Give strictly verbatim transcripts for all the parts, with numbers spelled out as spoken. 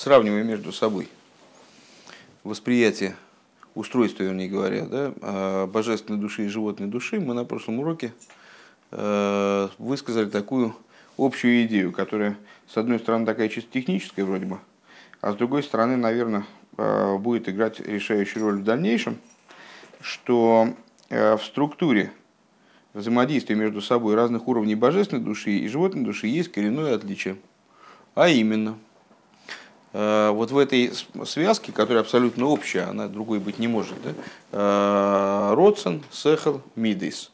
сравнивая между собой восприятие, устройство, вернее говоря, да, божественной души и животной души, мы на прошлом уроке высказали такую общую идею, которая, с одной стороны, такая чисто техническая вроде бы, а с другой стороны, наверное, будет играть решающую роль в дальнейшем, что в структуре взаимодействия между собой разных уровней божественной души и животной души есть коренное отличие. А именно, вот в этой связке, которая абсолютно общая, она другой быть не может, да? Роцен, сехел, мидейс.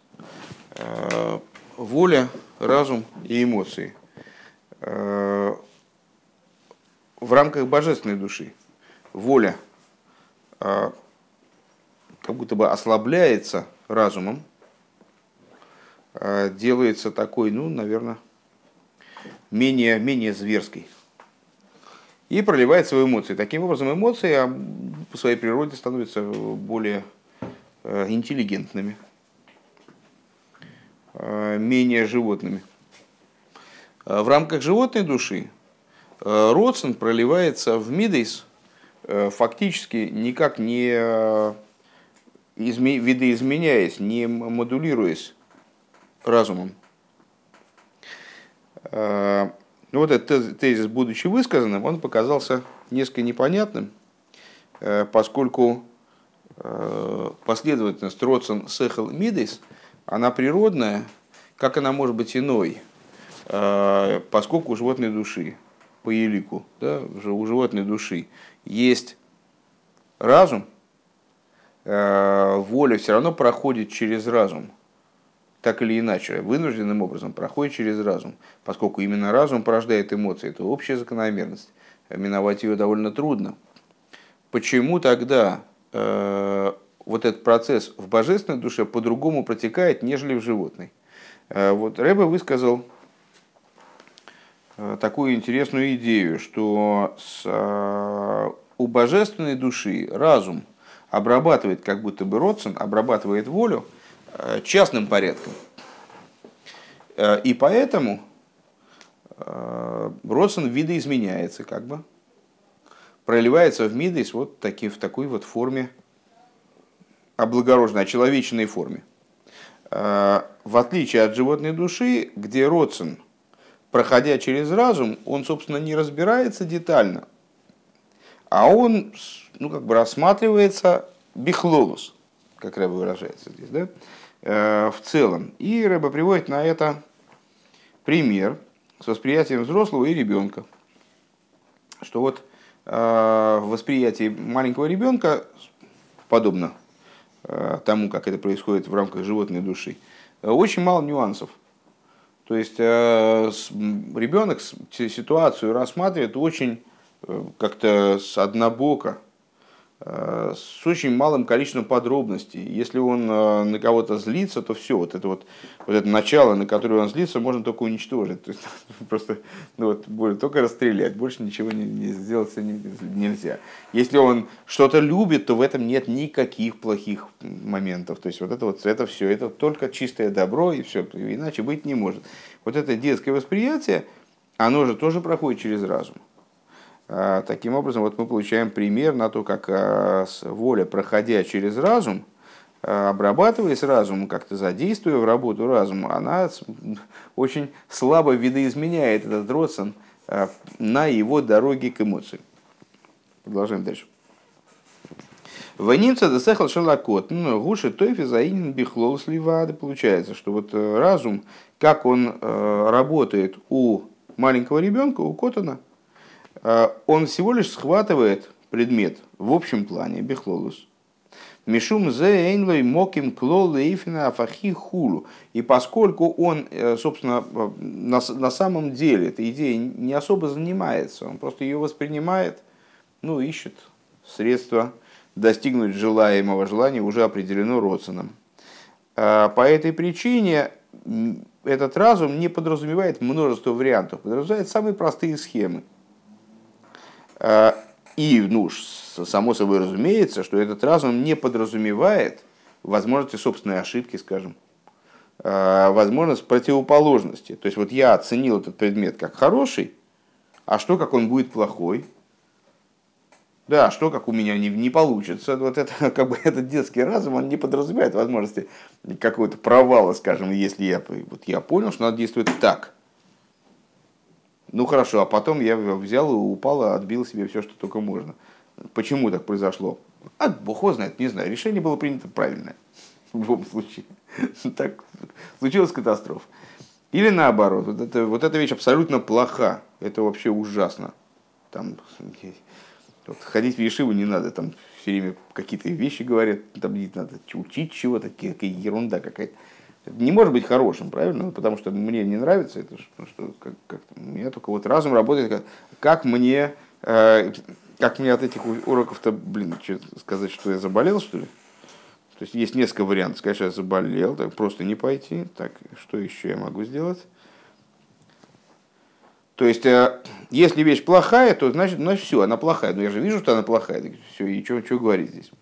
Воля, разум и эмоции. В рамках божественной души воля как будто бы ослабляется разумом, делается такой, ну, наверное, менее, менее зверской. И проливает свои эмоции. Таким образом, эмоции по своей природе становятся более интеллигентными, менее животными. В рамках животной души роцен проливается в мидейс, фактически никак не видоизменяясь, не модулируясь разумом. Ну, вот этот тезис, будучи высказанным, он показался несколько непонятным, поскольку последовательность роцен, сехел, мидейс, она природная, как она может быть иной, поскольку у животной души, по елику, да, у животной души есть разум, воля все равно проходит через разум. Так или иначе, вынужденным образом проходит через разум, поскольку именно разум порождает эмоции. Это общая закономерность. Миновать ее довольно трудно. Почему тогда э, вот этот процесс в божественной душе по-другому протекает, нежели в животной? Э, вот Ребе высказал э, такую интересную идею, что с, э, у божественной души разум обрабатывает, как будто бы роцен, обрабатывает волю частным порядком. И поэтому роцен видоизменяется, как бы, проливается в мидейс вот таки, в такой вот форме облагороженной, очеловеченной форме. В отличие от животной души, где роцен, проходя через разум, он, собственно, не разбирается детально, а он, ну, как бы рассматривается бихлолус, как Ребе выражается здесь, да? В целом. И Ребе приводит на это пример с восприятием взрослого и ребенка. Что вот в восприятии маленького ребенка, подобно тому, как это происходит в рамках животной души, очень мало нюансов. То есть ребенок ситуацию рассматривает очень как-то с однобоко, с очень малым количеством подробностей. Если он на кого-то злится, то все, вот это вот, вот это начало, на которое он злится, можно только уничтожить. То есть, просто ну вот, только расстрелять, больше ничего не, не сделать нельзя. Если он что-то любит, то в этом нет никаких плохих моментов. То есть вот это вот, это все, это только чистое добро, и все, иначе быть не может. Вот это детское восприятие, оно же тоже проходит через разум. Таким образом, вот мы получаем пример на то, как воля, проходя через разум, обрабатываясь разумом, как-то задействуя в работу разума, она очень слабо видоизменяет этот роцен на его дороге к эмоциям. Продолжаем дальше. Ванимца десехал шалакот, гуши тойфи заинен бихлол сливады. Получается, что вот разум, как он работает у маленького ребенка, у котана, он всего лишь схватывает предмет в общем плане, бихлолус. Мишум зе эйнлой моким клол лейфина афахи хулу. И поскольку он, собственно, на, на самом деле этой идеей не особо занимается, он просто ее воспринимает, ну, ищет средства достигнуть желаемого, желания уже определено роценом. По этой причине этот разум не подразумевает множество вариантов, подразумевает самые простые схемы. И, ну, само собой разумеется, что этот разум не подразумевает возможности собственной ошибки, скажем, возможность противоположности. То есть вот я оценил этот предмет как хороший, а что, как он будет плохой? Да, что как у меня не, не получится. Вот это, как бы, этот детский разум, он не подразумевает возможности какого-то провала, скажем, если я, вот я понял, что надо действовать так. Ну хорошо, а потом я взял и упал, и отбил себе все, что только можно. Почему так произошло? А бог его знает, не знаю. Решение было принято правильное. В любом случае. Так случилась катастрофа. Или наоборот, вот, это, вот эта вещь абсолютно плоха. Это вообще ужасно. Там, вот, ходить в Ешиву не надо, там все время какие-то вещи говорят, там не надо учить чего-то, какая ерунда какая-то. Это не может быть хорошим, правильно? Ну, потому что мне не нравится это, что, что как, как у меня только вот разум работает, как, как мне, э, как мне от этих уроков-то, блин, что сказать, что я заболел, что ли? То есть есть несколько вариантов. Сказать, что я заболел, так просто не пойти. Так, что еще я могу сделать? То есть, если вещь плохая, то значит, значит все, она плохая. Но я же вижу, что она плохая. Так все, и что, что говорить здесь?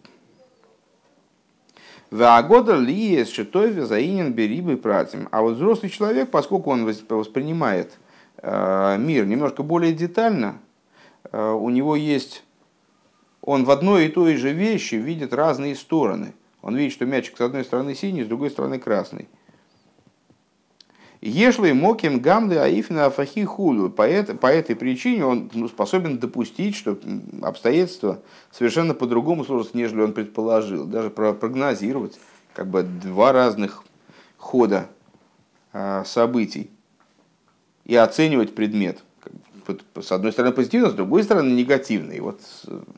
Ваагода ли есть шитове заинен берибы пратим. А вот взрослый человек, поскольку он воспринимает мир немножко более детально, у него есть, он в одной и той же вещи видит разные стороны. Он видит, что мячик с одной стороны синий, с другой стороны красный. Ешлый моким гамды аифна афахи худу. По, это, по этой причине он ну, способен допустить, что обстоятельства совершенно по-другому сложатся, нежели он предположил. Даже прогнозировать как бы два разных хода а, событий и оценивать предмет. С одной стороны позитивно, с другой стороны негативно. И вот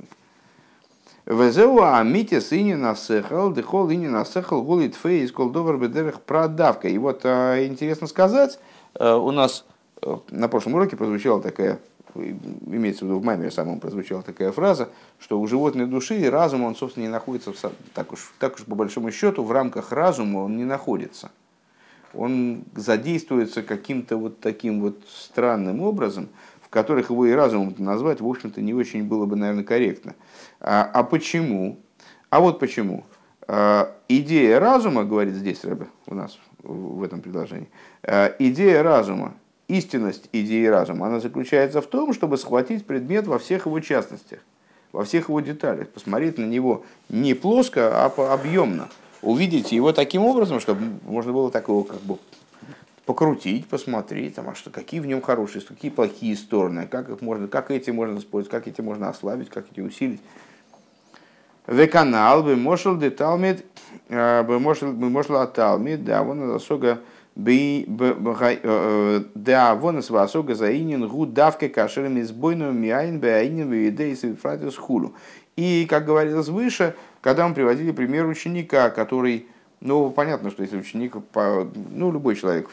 Везеу амитис и не насехал, дехол и не насехал, гулит фейс, колдовар бедерах продавка. И вот интересно сказать, у нас на прошлом уроке прозвучала такая, имеется в виду в маймере самом прозвучала такая фраза, что у животной души и разума он, собственно, не находится, в, так, уж, так уж по большому счету, в рамках разума он не находится. Он задействуется каким-то вот таким вот странным образом, которых его и разумом назвать, в общем-то, не очень было бы, наверное, корректно. А, а почему? А вот почему. А, идея разума, говорит здесь Ребе у нас в этом предложении, а, идея разума, истинность идеи разума, она заключается в том, чтобы схватить предмет во всех его частностях, во всех его деталях, посмотреть на него не плоско, а объемно, увидеть его таким образом, чтобы можно было такого как бы покрутить, посмотреть, там, а что, какие в нем хорошие, какие плохие стороны, как, их можно, как эти можно использовать, как эти можно ослабить, как эти усилить. В канал бы мошел деталмит, бы мошел аталмит, да, вон особо бы да, вон из особо заинен гуд давка кашерами сбойную миайн беаинен беидей сифратис хулу. И, как говорилось выше, когда мы приводили пример ученика, который, ну, понятно, что если ученик, ну, любой человек,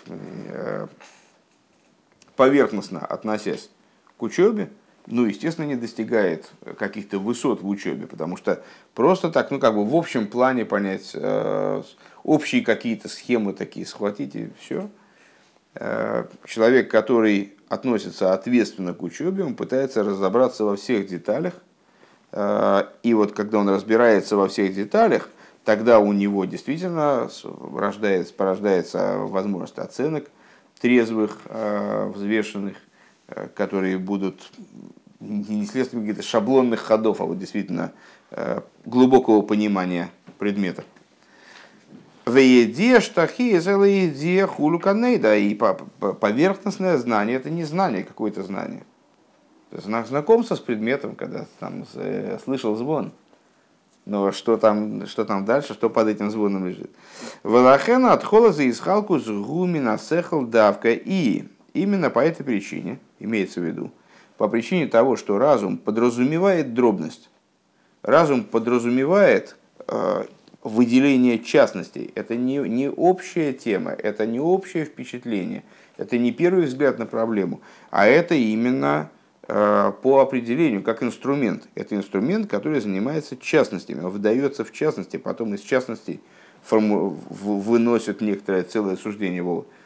поверхностно относясь к учебе, ну, естественно, не достигает каких-то высот в учебе, потому что просто так, ну, как бы в общем плане понять, э, общие какие-то схемы такие схватить и все. Э, человек, который относится ответственно к учебе, он пытается разобраться во всех деталях, э, и вот когда он разбирается во всех деталях, тогда у него действительно рождается, порождается возможность оценок трезвых, э, взвешенных, э, которые будут не следствием каких-то шаблонных ходов, а вот действительно глубокого понимания предмета. В еде штахи из еде хулуканейда, и поверхностное знание это не знание, какое-то знание. Знакомство с предметом, когда там слышал звон. Но что там, что там дальше, что под этим звоном лежит. Валахена отхола за исхалку с гумина сехал давка. И именно по этой причине, имеется в виду, по причине того, что разум подразумевает дробность. Разум подразумевает э, выделение частностей. Это не, не общая тема, это не общее впечатление, это не первый взгляд на проблему, а это именно э, по определению, как инструмент. Это инструмент, который занимается частностями, выдается в частности, потом из частностей форму, в, выносит некоторое целое суждение.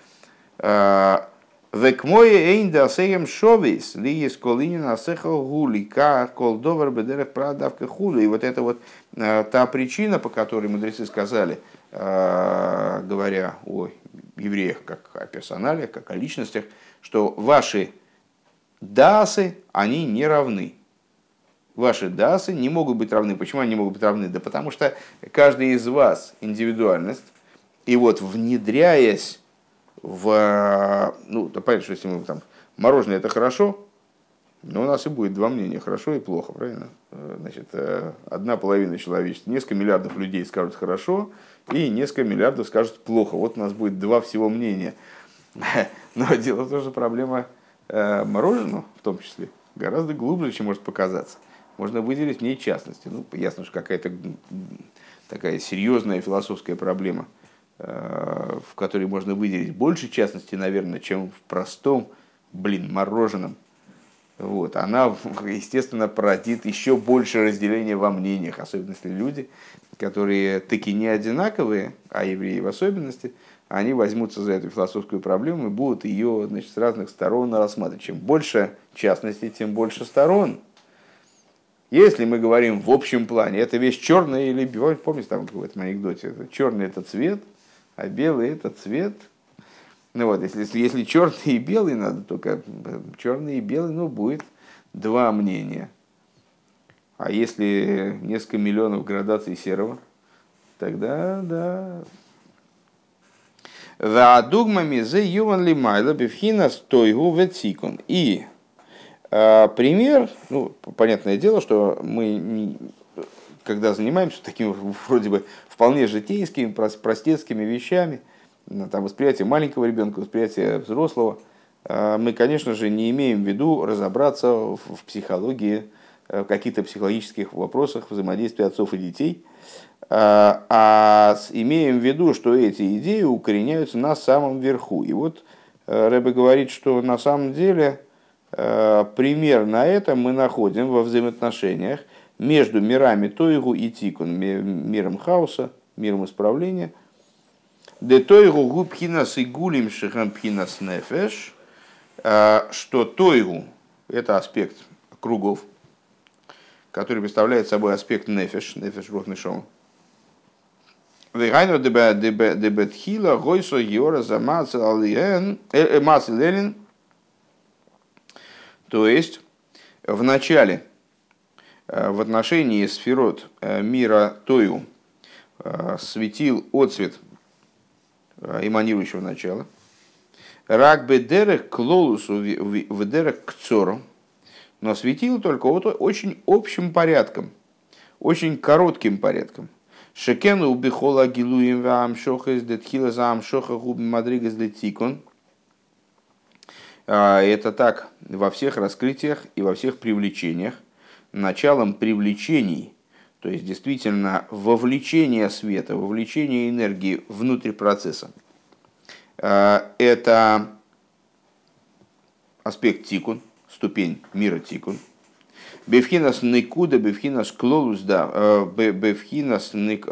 Век мое эйнда сеем шовис ли есть колинина сехал гули ка колдовар бедерах продавка хули. И вот это вот та причина, по которой мудрецы сказали, говоря о евреях как о персоналиях, как о личностях, что ваши дасы, они не равны. Ваши дасы не могут быть равны. Почему они не могут быть равны? Да потому что каждый из вас индивидуальность, и вот внедряясь в... Ну, да, понятно, что если мы там... Мороженое это хорошо, но у нас и будет два мнения, хорошо и плохо, правильно? Значит, одна половина человечества, несколько миллиардов людей скажут хорошо, и несколько миллиардов скажут плохо. Вот у нас будет два всего мнения. Но дело в том, что проблема мороженого, в том числе, гораздо глубже, чем может показаться. Можно выделить в ней частности. Ну, ясно, что какая-то такая серьезная философская проблема, в которой можно выделить больше частности, наверное, чем в простом, блин, мороженом. Вот. Она, естественно, породит еще больше разделения во мнениях, особенно если люди, которые таки не одинаковые, а евреи в особенности, они возьмутся за эту философскую проблему и будут ее, значит, с разных сторон рассматривать. Чем больше частностей, тем больше сторон. Если мы говорим в общем плане, это весь черный или белый, помните там в этом анекдоте, это черный это цвет, а белый это цвет. Ну вот, если, если черный и белый надо, только черный и белый, ну, будет два мнения. А если несколько миллионов градаций серого, тогда да. За дугмами за юван лимайла бифхина стойгу ветсикон. И э, пример, ну, понятное дело, что мы, не, когда занимаемся такими вроде бы вполне житейскими, простецкими вещами, там, восприятие маленького ребенка, восприятие взрослого, мы, конечно же, не имеем в виду разобраться в психологии, в каких-то психологических вопросах взаимодействия отцов и детей, а имеем в виду, что эти идеи укореняются на самом верху. И вот Ребе говорит, что на самом деле пример на это мы находим во взаимоотношениях между мирами Тойгу и Тикун, миром хаоса, миром исправления, Де тойгу гу пхинас и гулим шихам пхинас нефеш, что тойгу – это аспект кругов, который представляет собой аспект нефеш, нефеш рух нишом. Вегайно дебетхила гойсо йора за мацелелин, то есть в начале, в отношении сферот мира тойгу, светил отцвет эманирующего начала. Рак бедерек клолусу ведерек кцору, но светило только вот очень общим порядком, очень коротким порядком. Шекену убихола гилуем вам шохес детхила зам шоха губи мадригас детикон. Это так во всех раскрытиях и во всех привлечениях. Началом привлечений, то есть действительно вовлечение света, вовлечение энергии внутрь процесса. Это аспект тикун, ступень мира тикун. Бевхинас никуда, бевхинас клолус, да, бевхинас ник,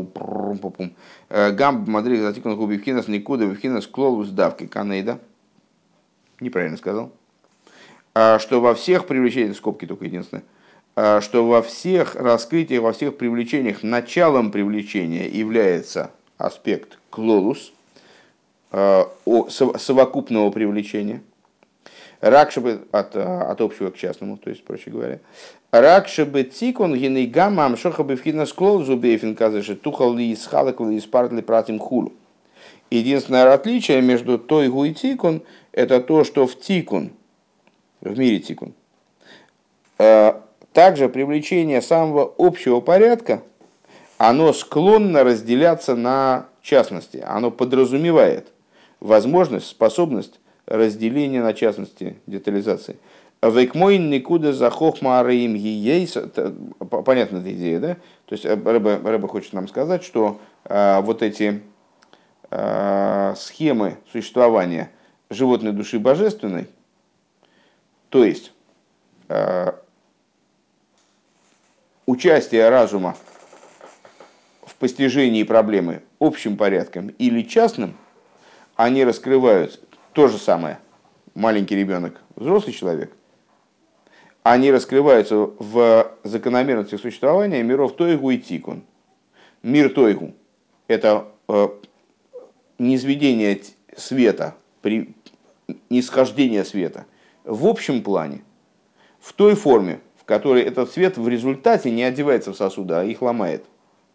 гамб мадриг затикун, бевхинас никуда, бевхинас клолус давки канейда. Неправильно сказал. Что во всех привлечениях, скобки только единственное, что во всех раскрытиях, во всех привлечениях началом привлечения является аспект клолус, совокупного привлечения, ракшебе от, от общего к частному, то есть, проще говоря, ракшебе тикон генейгам амшохабе вхинас клолусу бейфин казаши тухал ли исхалак ли испарт ли пратим хулу. Единственное отличие между тойгу и тикун — это то, что в тикун, в мире тикун, также привлечение самого общего порядка, оно склонно разделяться на частности. Оно подразумевает возможность, способность разделения на частности, детализации. Вейкмойн никуда за хохмараим гиейс. Понятна эта идея, да? То есть Рэбе, Рэбе хочет нам сказать, что а, вот эти а, схемы существования животной души божественной, то есть а, участие разума в постижении проблемы общим порядком или частным, они раскрываются, то же самое, маленький ребенок, взрослый человек, они раскрываются в закономерностях существования миров Тойгу и Тикун. Мир Тойгу – это низведение света, нисхождение света в общем плане, в той форме, в который этот свет в результате не одевается в сосуды, а их ломает.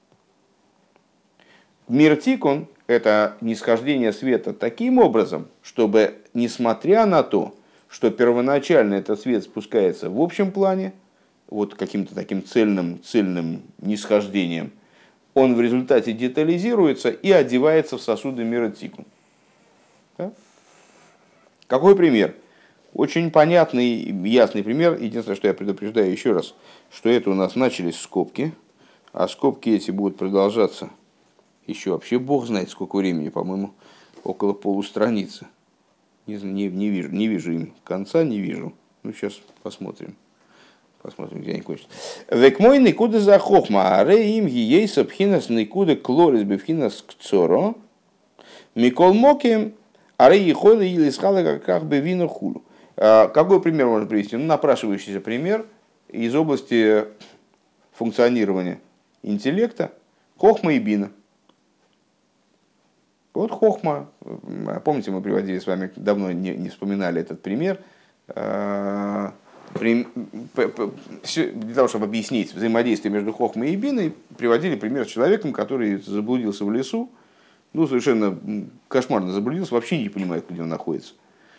Мир тикун – это нисхождение света таким образом, чтобы, несмотря на то, что первоначально этот свет спускается в общем плане, вот каким-то таким цельным, цельным нисхождением, он в результате детализируется и одевается в сосуды мира тикун. Да? Какой пример? Очень понятный, ясный пример. Единственное, что я предупреждаю еще раз, что это у нас начались скобки, а скобки эти будут продолжаться еще вообще бог знает сколько времени, по-моему, около полустраницы. Не, не, не, вижу, не вижу им конца, не вижу. Ну, сейчас посмотрим. Посмотрим, где они кончатся. Век мой никуда за хохма, аре им ейса пхинас никуда клорис бифхинас кцоро, микол моким, аре ехойла или схала как бы вину хулу. Какой пример можно привести? Ну, напрашивающийся пример из области функционирования интеллекта, хохма и бина. Вот хохма, помните, мы приводили с вами, давно не, не вспоминали этот пример, для того, чтобы объяснить взаимодействие между хохмой и биной, приводили пример с человеком, который заблудился в лесу, ну, совершенно кошмарно заблудился, вообще не понимает, где он находится.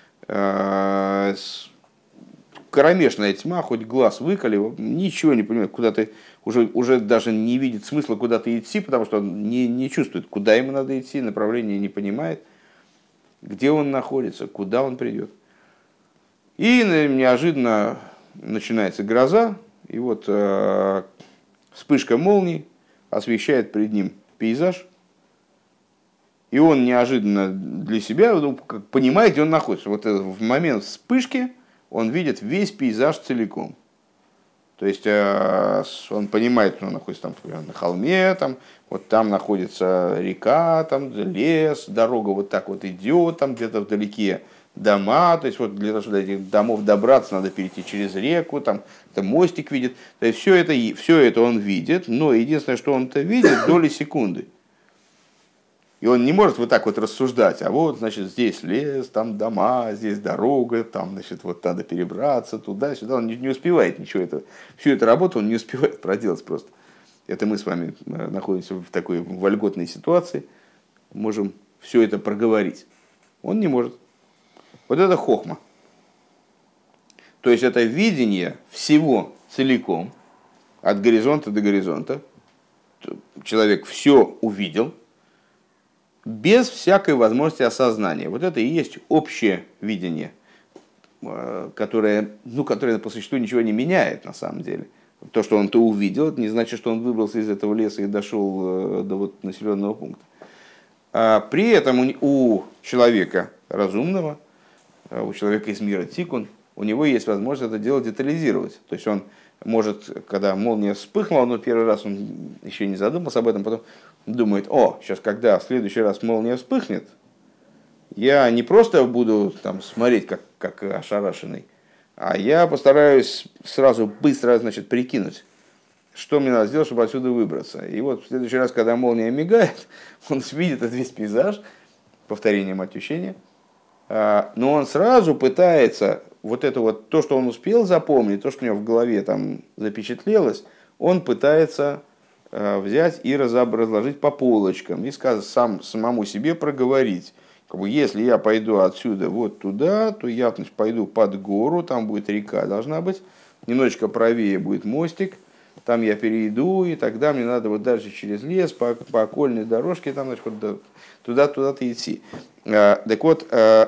Кромешная тьма, хоть глаз выколи, ничего не понимает, куда ты, уже, уже даже не видит смысла куда-то идти, потому что он не, не чувствует, куда ему надо идти, направление не понимает, где он находится, куда он придет. И неожиданно начинается гроза, и вот э, вспышка молний освещает перед ним пейзаж, и он неожиданно для себя ну, понимает, где он находится. Вот в момент вспышки он видит весь пейзаж целиком. То есть э, он понимает, что он находится там, например, на холме, там, вот там находится река, там лес, дорога вот так вот идет, там где-то вдалеке дома, то есть вот для того, чтобы до этих домов добраться, надо перейти через реку, там это мостик видит. То есть все это, все это он видит, но единственное, что он-то видит, доли секунды. И он не может вот так вот рассуждать, а вот, значит, здесь лес, там дома, здесь дорога, там, значит, вот надо перебраться туда-сюда. Он не, не успевает ничего этого. Всю эту работу он не успевает проделать просто. Это мы с вами находимся в такой вольготной ситуации, можем все это проговорить. Он не может. Вот это хохма. То есть это видение всего целиком, от горизонта до горизонта. Человек все увидел, без всякой возможности осознания. Вот это и есть общее видение, которое, ну, которое по существу ничего не меняет на самом деле. То, что он то увидел, это не значит, что он выбрался из этого леса и дошел до вот населенного пункта. А при этом у человека разумного, у человека из мира тикун, у него есть возможность это дело детализировать. То есть он может, когда молния вспыхнула, но первый раз он еще не задумался об этом, потом думает, о, сейчас, когда в следующий раз молния вспыхнет, я не просто буду там смотреть, как, как ошарашенный, а я постараюсь сразу быстро, значит, прикинуть, что мне надо сделать, чтобы отсюда выбраться. И вот в следующий раз, когда молния мигает, он видит этот весь пейзаж, повторением ощущения, но он сразу пытается вот это вот, то, что он успел запомнить, то, что у него в голове там запечатлелось, он пытается взять и разложить по полочкам и сказать, сам, самому себе проговорить. Как бы, если я пойду отсюда вот туда, то я, значит, пойду под гору, там будет река, должна быть, немножечко правее будет мостик, там я перейду, и тогда мне надо вот дальше через лес, по, по окольной дорожке, там, значит, вот туда-туда-то идти. Так вот,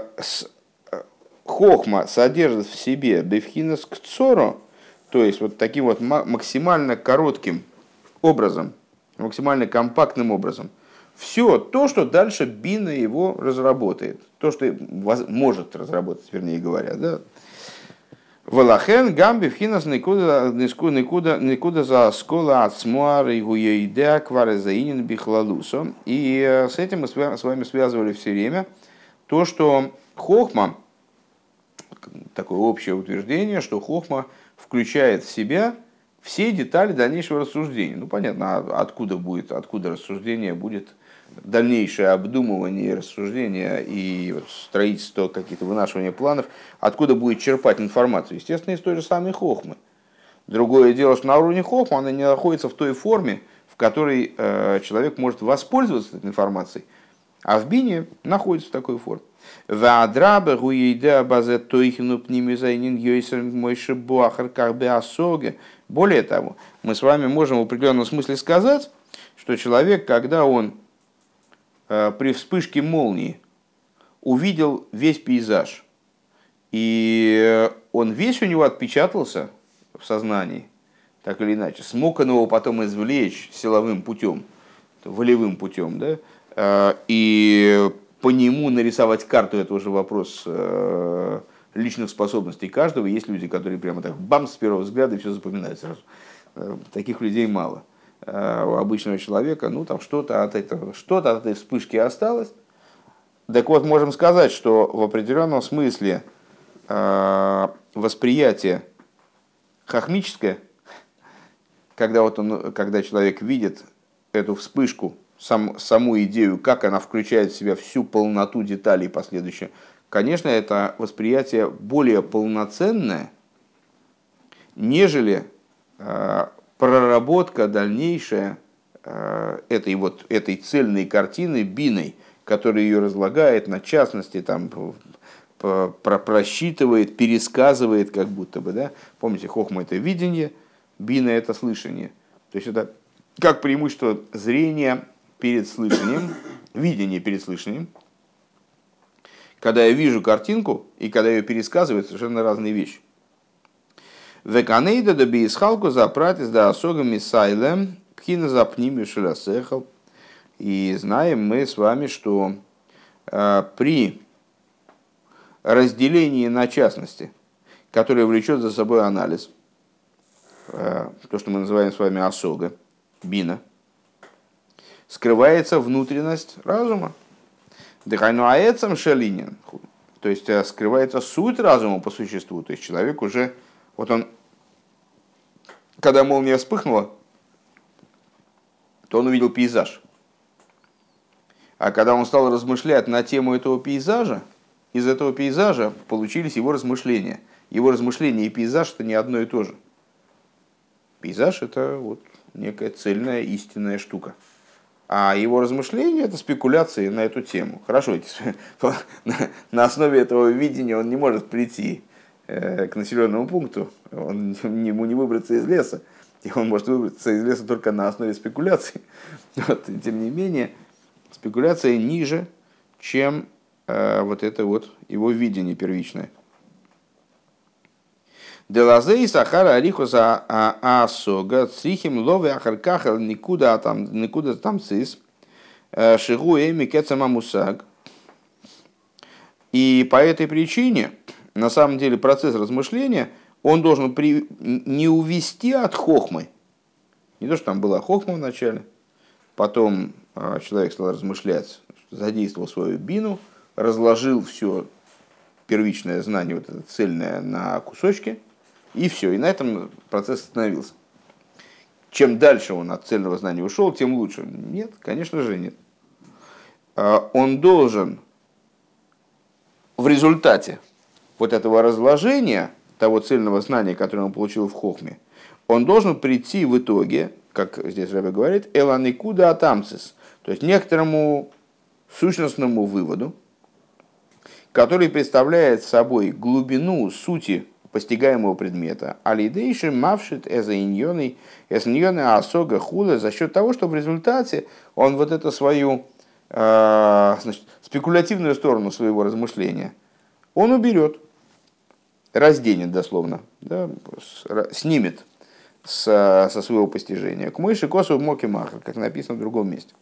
хохма содержит в себе бефхинас кцоро, то есть вот таким вот максимально коротким образом, максимально компактным образом, все то, что дальше бина его разработает, то, что может разработать, вернее говоря, да. Валахен гамби вхинас никуда никуда никуда за скола от смуар и гуеидеа кварезаинин бихлалусо. И с этим мы с вами связывали все время то, что хохма, такое общее утверждение, что хохма включает в себя все детали дальнейшего рассуждения. Ну, понятно, откуда будет, откуда рассуждение будет, дальнейшее обдумывание, рассуждение и строительство, какие-то вынашивания планов, откуда будет черпать информацию. Естественно, из той же самой хохмы. Другое дело, что на уровне хохма она не находится в той форме, в которой э, человек может воспользоваться этой информацией, а в бине находится в такой форме. Более того, мы с вами можем в определенном смысле сказать, что человек, когда он э, при вспышке молнии увидел весь пейзаж, и он весь у него отпечатался в сознании, так или иначе, смог он его потом извлечь силовым путем, волевым путем, да, и по нему нарисовать карту, это уже вопрос личных способностей каждого. Есть люди, которые прямо так бам, с первого взгляда все запоминают сразу. Таких людей мало. У обычного человека, ну, там что-то от этого, что-то от этой вспышки осталось. Так вот, можем сказать, что в определенном смысле восприятие хохмическое, когда, вот он, когда человек видит эту вспышку, сам, саму идею, как она включает в себя всю полноту деталей последующее, конечно, это восприятие более полноценное, нежели э, проработка дальнейшая э, этой, вот, этой цельной картины биной, которая ее разлагает на частности, там, про, просчитывает, пересказывает как будто бы. Да? Помните, хохма – это видение, бина – это слышание. То есть это как преимущество зрения перед слышанием, видение перед слышанием. Когда я вижу картинку и когда ее пересказывают, совершенно разные вещи. Веканейда доби исхалку запратис да осогами сайлем пхина запними ширасехал. И знаем мы с вами, что э, при разделении на частности, которое влечет за собой анализ, э, то, что мы называем с вами осога, бина, скрывается внутренность разума. Дыхайнуаэцам шалинин. То есть скрывается суть разума по существу. То есть человек уже, вот он, когда молния вспыхнула, то он увидел пейзаж. А когда он стал размышлять на тему этого пейзажа, из этого пейзажа получились его размышления. Его размышления и пейзаж – это не одно и то же. Пейзаж – это вот некая цельная истинная штука. А его размышления – это спекуляции на эту тему. Хорошо, на основе этого видения он не может прийти к населенному пункту, он, ему не выбраться из леса, и он может выбраться из леса только на основе спекуляций. Вот, и тем не менее, спекуляция ниже, чем э, вот это вот его видение первичное. Делазей сахара арихоза асога црихим лове ахаркахал никуда там никуда там цис шигуэ микецама мусаг. И по этой причине, на самом деле, процесс размышления, он должен при... не увести от хохмы. Не то, что там была хохма в начале, потом человек стал размышлять, задействовал свою бину, разложил все первичное знание, вот это цельное, на кусочки. И все, и на этом процесс остановился. Чем дальше он от цельного знания ушел, тем лучше. Нет, конечно же нет. Он должен в результате вот этого разложения, того цельного знания, которое он получил в хохме, он должен прийти в итоге, как здесь Ребе говорит, эланикуда атамцис, то есть некоторому сущностному выводу, который представляет собой глубину сути постигаемого предмета, алидейши мавшит эзаиньоны эзаиньоны асога хула, за счет того, что в результате он вот эту свою э, значит, спекулятивную сторону своего размышления он уберет, разденет дословно, да, снимет с, со своего постижения. К мойши косу моки махар, как написано в другом месте.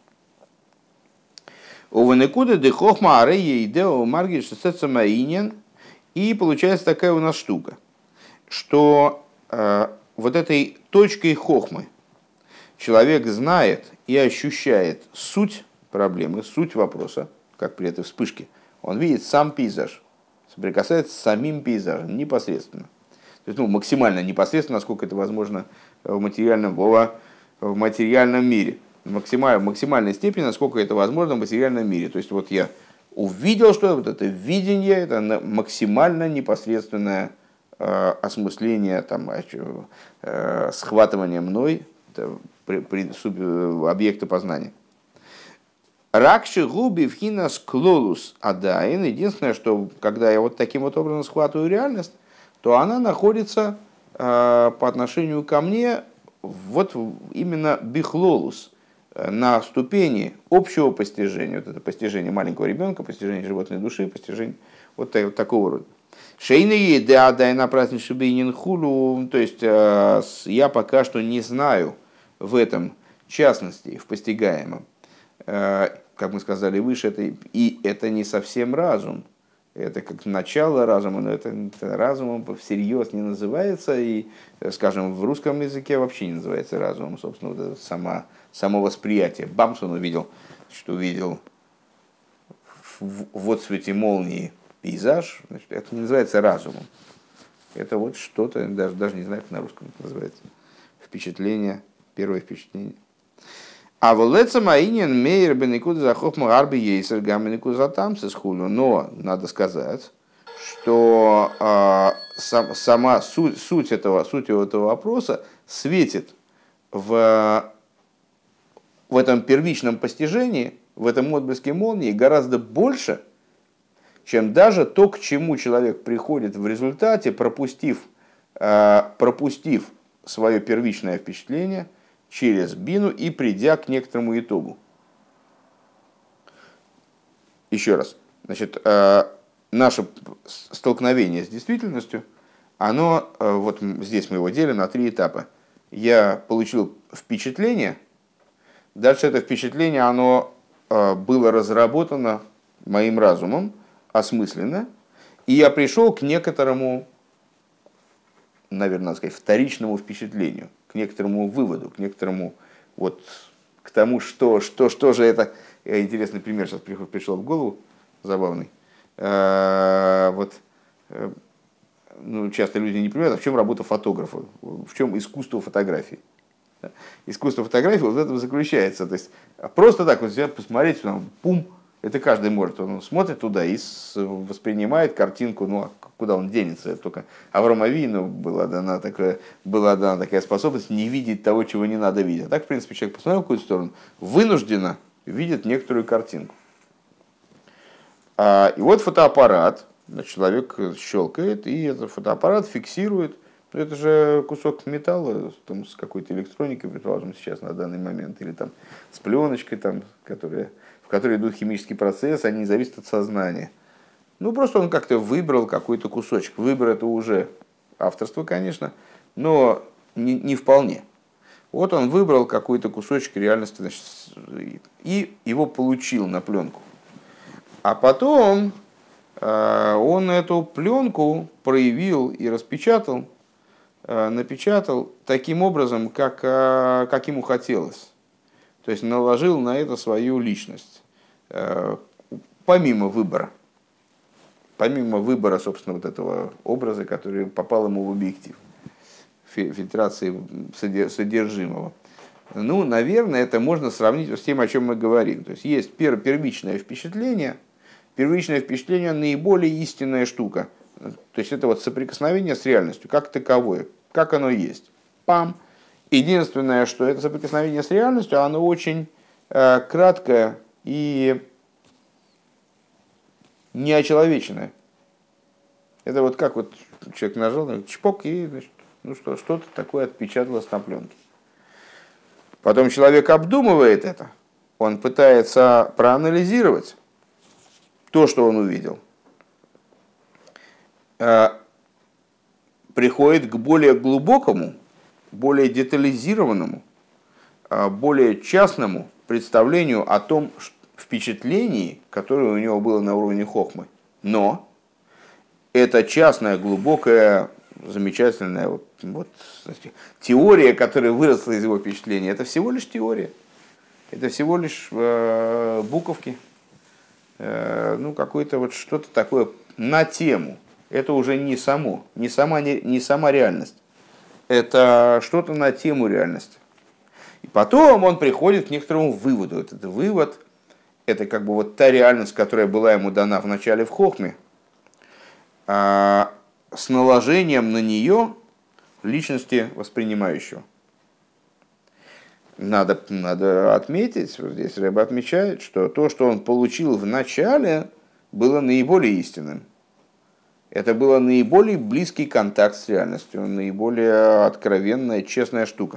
Увенекуда де хохма арее идео маргиш сецамаинен. И получается такая у нас штука, что э, вот этой точкой хохмы человек знает и ощущает суть проблемы, суть вопроса, как при этой вспышке. Он видит сам пейзаж, соприкасается с самим пейзажем непосредственно. То есть, ну, максимально непосредственно, насколько это возможно в материальном, в, в материальном мире. Максимально, в максимальной степени, насколько это возможно в материальном мире. То есть вот я увидел, что вот это видение, это максимально непосредственное осмысления, там, схватывания мной объекта познания. Ракши губи вхинас клолус адайн. Единственное, что когда я вот таким вот образом схватываю реальность, то она находится э, по отношению ко мне вот именно бихлолус, на ступени общего постижения. Вот это постижение маленького ребенка, постижение животной души, постижение вот, вот такого рода. Шейны да дай на праздничный бейнин хулу. То есть э, я пока что не знаю в этом частности, в постигаемом. Э, как мы сказали выше, это, и это не совсем разум. Это как начало разума, но это, это разумом всерьез не называется. И, скажем, в русском языке вообще не называется разумом. Собственно, вот это само, само восприятие. Бамс он увидел, что увидел в, в отсвете молнии пейзаж. Значит, это не называется разумом. Это вот что-то, даже, даже не знаю, как на русском это называется. Впечатление, первое впечатление. А волеца маинин мейер беникуда захохма арби ейсер гамбеникуда затамцы схулю. Но надо сказать, что э, сам, сама суть, суть, этого, суть этого вопроса светит в, в этом первичном постижении, в этом отблеске молнии гораздо больше, чем даже то, к чему человек приходит в результате, пропустив, э, пропустив свое первичное впечатление через бину и придя к некоторому итогу. Еще раз. Значит, наше столкновение с действительностью, оно, вот здесь мы его делим на три этапа. Я получил впечатление, дальше это впечатление, оно было разработано моим разумом, осмысленно, и я пришел к некоторому, наверное, надо сказать, вторичному впечатлению, к некоторому выводу, к некоторому, вот, к тому, что, что, что же это. Интересный пример сейчас пришел в голову, забавный. Вот, ну, часто люди не понимают, а в чем работа фотографа, в чем искусство фотографии. Искусство фотографии вот в этом заключается. То есть просто так вот взять, посмотреть, там, пум, это каждый может. Он смотрит туда и воспринимает картинку, ну, куда он денется. Только Аврааму Авину была дана такая, была дана такая способность не видеть того, чего не надо видеть. А так, в принципе, человек посмотрел в какую-то сторону, вынужденно видит некоторую картинку. А, и вот фотоаппарат, человек щелкает, и этот фотоаппарат фиксирует. Это же кусок металла там, с какой-то электроникой, предположим, сейчас на данный момент, или там с пленочкой, там, которая, в которой идут химические процессы, они зависят от сознания. Ну, просто он как-то выбрал какой-то кусочек. Выбор это уже авторство, конечно, но не, не вполне. Вот он выбрал какой-то кусочек реальности, значит, и его получил на пленку. А потом э, он эту пленку проявил и распечатал, э, напечатал таким образом, как, э, как ему хотелось. То есть наложил на это свою личность, э, помимо выбора. Помимо выбора, собственно, вот этого образа, который попал ему в объектив, фильтрации содержимого. Ну, наверное, это можно сравнить с тем, о чем мы говорим. То есть есть первичное впечатление. Первичное впечатление – наиболее истинная штука. То есть это вот соприкосновение с реальностью, как таковое, как оно есть. Пам! Единственное, что это соприкосновение с реальностью, оно очень э, краткое и неочеловеченное. Это вот как вот человек нажал, чпок, и значит, ну что, что-то такое отпечаталось на пленке. Потом человек обдумывает это, он пытается проанализировать то, что он увидел, приходит к более глубокому, более детализированному, более частному представлению о том впечатлении, которое у него было на уровне хохмы. Но это частная, глубокая, замечательная вот, вот, теория, которая выросла из его впечатления, это всего лишь теория. Это всего лишь э, буковки. Э, ну, какое-то вот что-то такое на тему. Это уже не само, не сама, не, не сама реальность. Это что-то на тему реальности. И потом он приходит к некоторому выводу. Этот вывод – это как бы вот та реальность, которая была ему дана в начале в хохме, с наложением на нее личности воспринимающего. Надо, надо отметить, вот здесь Рэбе отмечает, что то, что он получил в начале, было наиболее истинным. Это был наиболее близкий контакт с реальностью, наиболее откровенная, честная штука.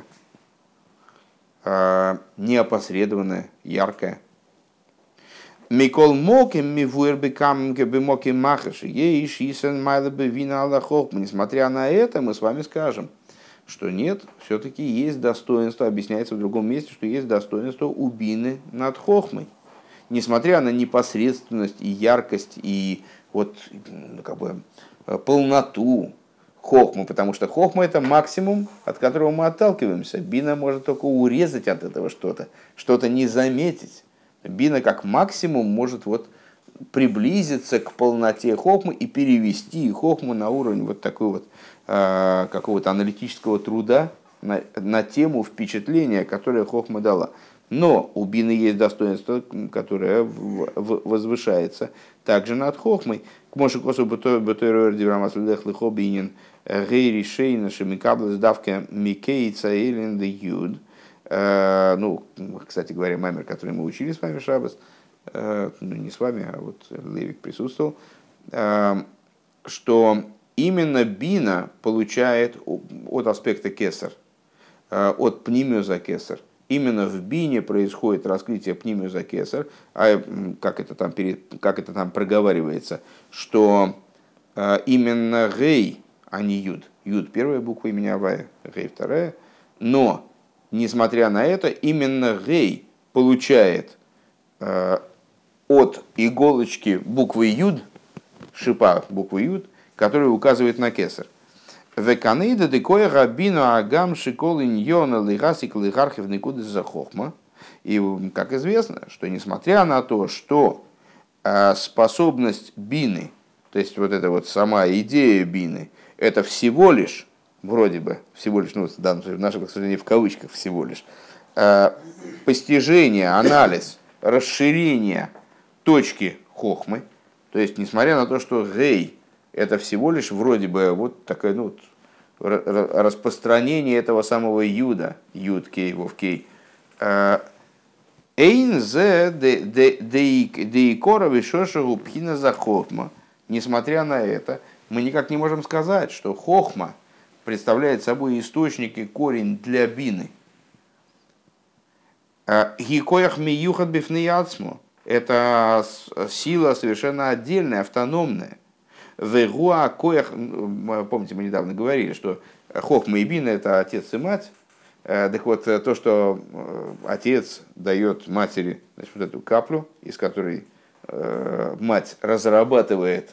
Неопосредованная, яркая. Микол моким мивуэр бекам гебемоким махаш ейш исен майла бевина аллахох. Несмотря на это, мы с вами скажем, что нет, все-таки есть достоинство, объясняется в другом месте, что есть достоинство у бины над хохмой. Несмотря на непосредственность и яркость, и вот, как бы, полноту хохмы, потому что хохма — это максимум, от которого мы отталкиваемся. Бина может только урезать от этого что-то, что-то не заметить. Бина как максимум может вот приблизиться к полноте хохмы и перевести хохму на уровень вот такой вот э, какого-то аналитического труда на, на тему впечатления, которое хохма дала. Но у бины есть достоинство, которое в, в, возвышается также над хохмой. К моше косу бутойр диврамас лех лихо бинин гейри шейна шемикаблес давка микейца элен де юд. Ну, кстати говоря, маймер, который мы учили с вами в Шаббас, ну, не с вами, а вот Левик присутствовал, что именно бина получает от аспекта кесар, от пнимиоза кесар. Именно в бине происходит раскрытие пнимиоза кесар, а как это там, как это там проговаривается, что именно гей, а не юд. Юд первая буква имени Авая, гей вторая, но несмотря на это, именно гей получает э, от иголочки буквы юд, шипа буквы юд, которая указывает на кесар. Веканейда декоя рабину агам шикол иньона лигасик лигархив никуда за хохма. И, как известно, что несмотря на то, что э, способность бины, то есть вот эта вот сама идея бины, это всего лишь, вроде бы, всего лишь, ну, в данном случае, в нашем, к сожалению, в кавычках всего лишь, э, постижение, анализ, расширение точки хохмы, то есть, несмотря на то, что гей — это всего лишь вроде бы вот такое, ну, распространение этого самого юда, юд, кей, вов, кей, эйн зе деикора вишошагу пхина за хохма. Несмотря на это, мы никак не можем сказать, что хохма представляет собой источник и корень для бины. Гикоях миюхат бифнияцму — это сила совершенно отдельная, автономная. Вегуа коях, помните, мы недавно говорили, что хохма и бина — это отец и мать. Так вот, то, что отец дает матери, значит, вот эту каплю, из которой мать разрабатывает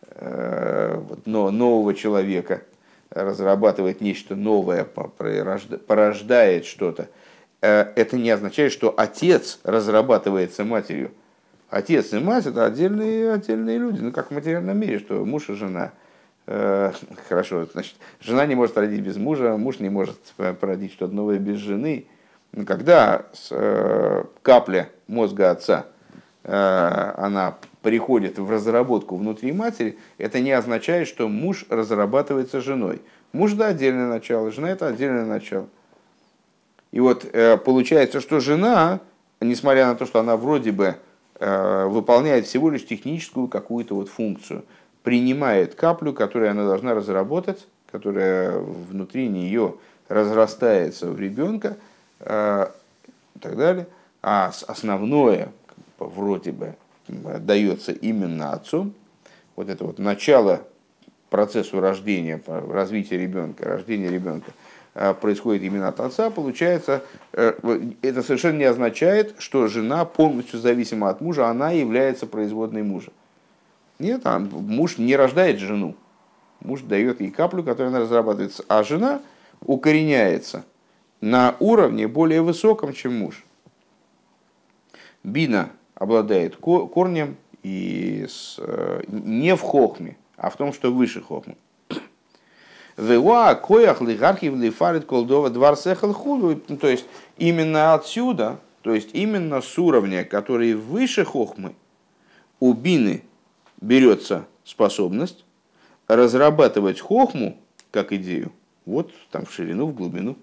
нового человека, разрабатывает нечто новое, порождает что-то, это не означает, что отец разрабатывается матерью. Отец и мать — это отдельные, отдельные люди, ну как в материальном мире, что муж и жена. Хорошо, значит, жена не может родить без мужа, муж не может породить что-то новое без жены. Но когда капля мозга отца, она приходит в разработку внутри матери, это не означает, что муж разрабатывается женой. Муж — это отдельное начало, жена — это отдельное начало. И вот получается, что жена, несмотря на то, что она вроде бы выполняет всего лишь техническую какую-то вот функцию, принимает каплю, которую она должна разработать, которая внутри нее разрастается в ребенка и так далее. А основное вроде бы дается именно отцом. Вот это вот начало процессу рождения, развития ребенка, рождения ребенка происходит именно от отца. Получается, это совершенно не означает, что жена полностью зависима от мужа, она является производной мужа. Нет, муж не рождает жену. Муж дает ей каплю, которую она разрабатывается. А жена укореняется на уровне более высоком, чем муж. Бина обладает корнем и с, не в хохме, а в том, что выше хохмы. То есть именно отсюда, то есть именно с уровня, который выше хохмы, у бины берется способность, разрабатывать хохму как идею, вот там в ширину, в глубину.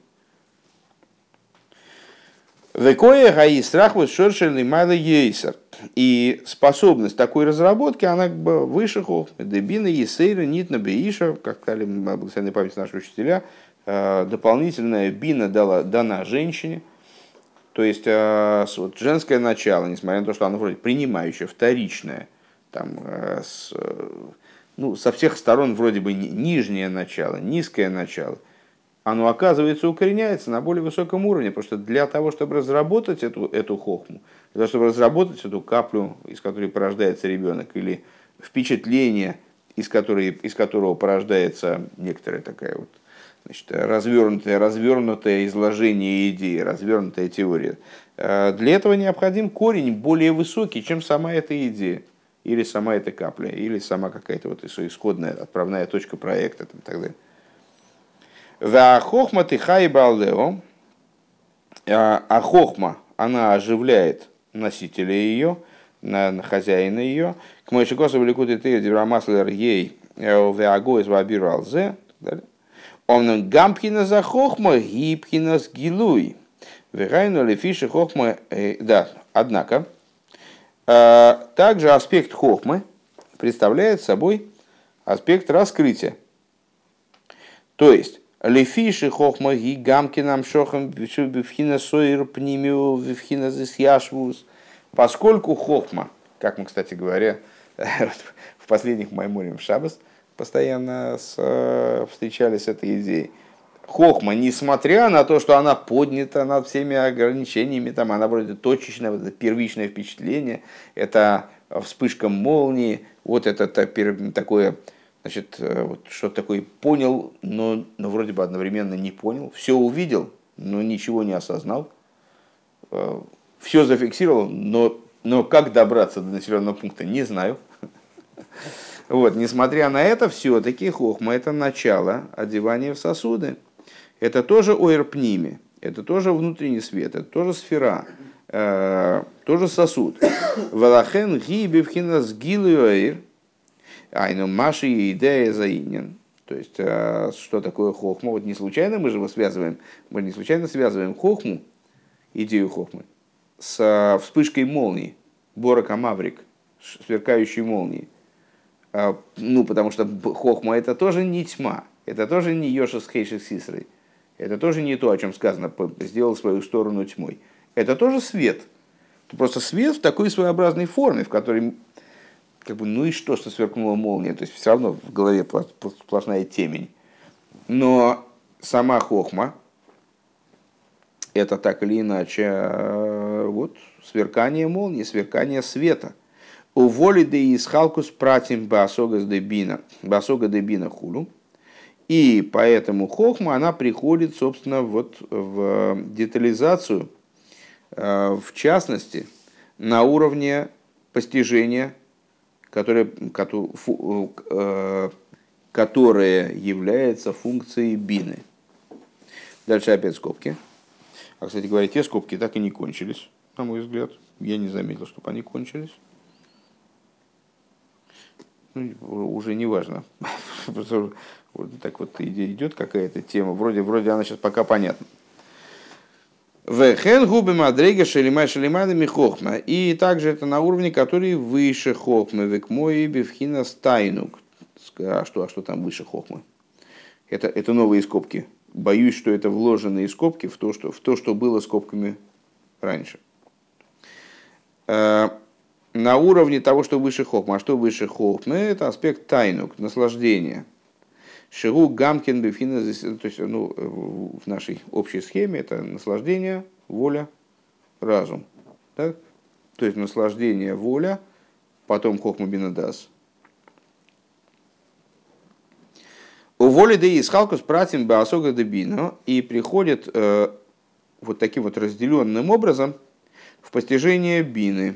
Векоя гаи страх вот шершельный майло ейсер. И способность такой разработки, она как бы выше хохмы. Дебина, есейра, нитна, беиша, как сказали благословенной памяти наши учителя, дополнительная бина дала, дана женщине. То есть вот, женское начало, несмотря на то, что оно вроде принимающее, вторичное, там, с, ну, со всех сторон вроде бы нижнее начало, низкое начало, оно, оказывается, укореняется на более высоком уровне, потому что для того, чтобы разработать эту, эту хохму, для того, чтобы разработать эту каплю, из которой порождается ребенок, или впечатление, из, которой, из которого порождается некоторая такая вот, значит, развернутое, развернутое изложение идеи, развернутая теория, для этого необходим корень более высокий, чем сама эта идея, или сама эта капля, или сама какая-то вот исходная отправная точка проекта и так далее. А хохма тихай балдео, а хохма, она оживляет носителя ее, на, на хозяина ее. К моей шикосу великуты ты диврамаслер ей веаго из вабиралзе. Он гампхина за хохма, гибхина с гилуй. Вегайну лефиши хохма. Да, однако, также аспект хохмы представляет собой аспект раскрытия. То есть, лефиши хохма гигамкинам шохам вивхина сойр пнимиу вивхина зисяшвус. Поскольку хохма, как мы, кстати говоря, в последних майморим в Шаббас постоянно с, встречались с этой идеей. Хохма, несмотря на то, что она поднята над всеми ограничениями, там она вроде точечная, вот это первичное впечатление, это вспышка молнии, вот это такое, значит, вот что-то такое понял, но, но вроде бы одновременно не понял, все увидел, но ничего не осознал, все зафиксировал, но, но как добраться до населенного пункта, не знаю. Вот, несмотря на это, все-таки хохма – это начало одевания в сосуды. Это тоже ойрпними, это тоже внутренний свет, это тоже сфера, э, тоже сосуд. Валахен гибевхина сгилуэйр, айну маши идея заинен. То есть, э, что такое хохма? Вот не случайно мы же его связываем, мы не случайно связываем хохму, идею хохмы, с вспышкой молнии, борок амаврик, сверкающей молнии. Ну, потому что хохма это тоже не тьма, это тоже не Йошес Хейшес Сисрой, это тоже не то, о чем сказано, сделал свою сторону тьмой. Это тоже свет. Это просто свет в такой своеобразной форме, в которой, как бы, ну и что, что сверкнула молния, то есть все равно в голове сплошная темень. Но сама хохма, это так или иначе вот, сверкание молнии, сверкание света. У воли де исхалкус пратим басога де бина, басога де бина хулу. И поэтому хохма, она приходит, собственно, вот в детализацию, в частности, на уровне постижения, которое, которое является функцией бины. Дальше опять скобки. А, кстати говоря, те скобки так и не кончились, на мой взгляд. Я не заметил, чтобы они кончились. Ну, уже не важно. Вот так вот идет какая-то тема. Вроде, вроде она сейчас пока понятна. И также это на уровне, который выше хохмы. Векмой бифхина стайнук. А что, а что там выше хохмы? Это, это новые скобки. Боюсь, что это вложенные скобки в то, что, в то, что было скобками раньше. На уровне того, что выше хохма. А что выше хохмы? Это аспект тайнук, наслаждения. Шигу гамкин бифхина, то есть, ну, в нашей общей схеме это наслаждение, воля, разум. Так? То есть наслаждение, воля, потом хохма бина дас. У воли да и схалкус пратим баасога де бино, и приходит э, вот таким вот разделенным образом в постижение бины.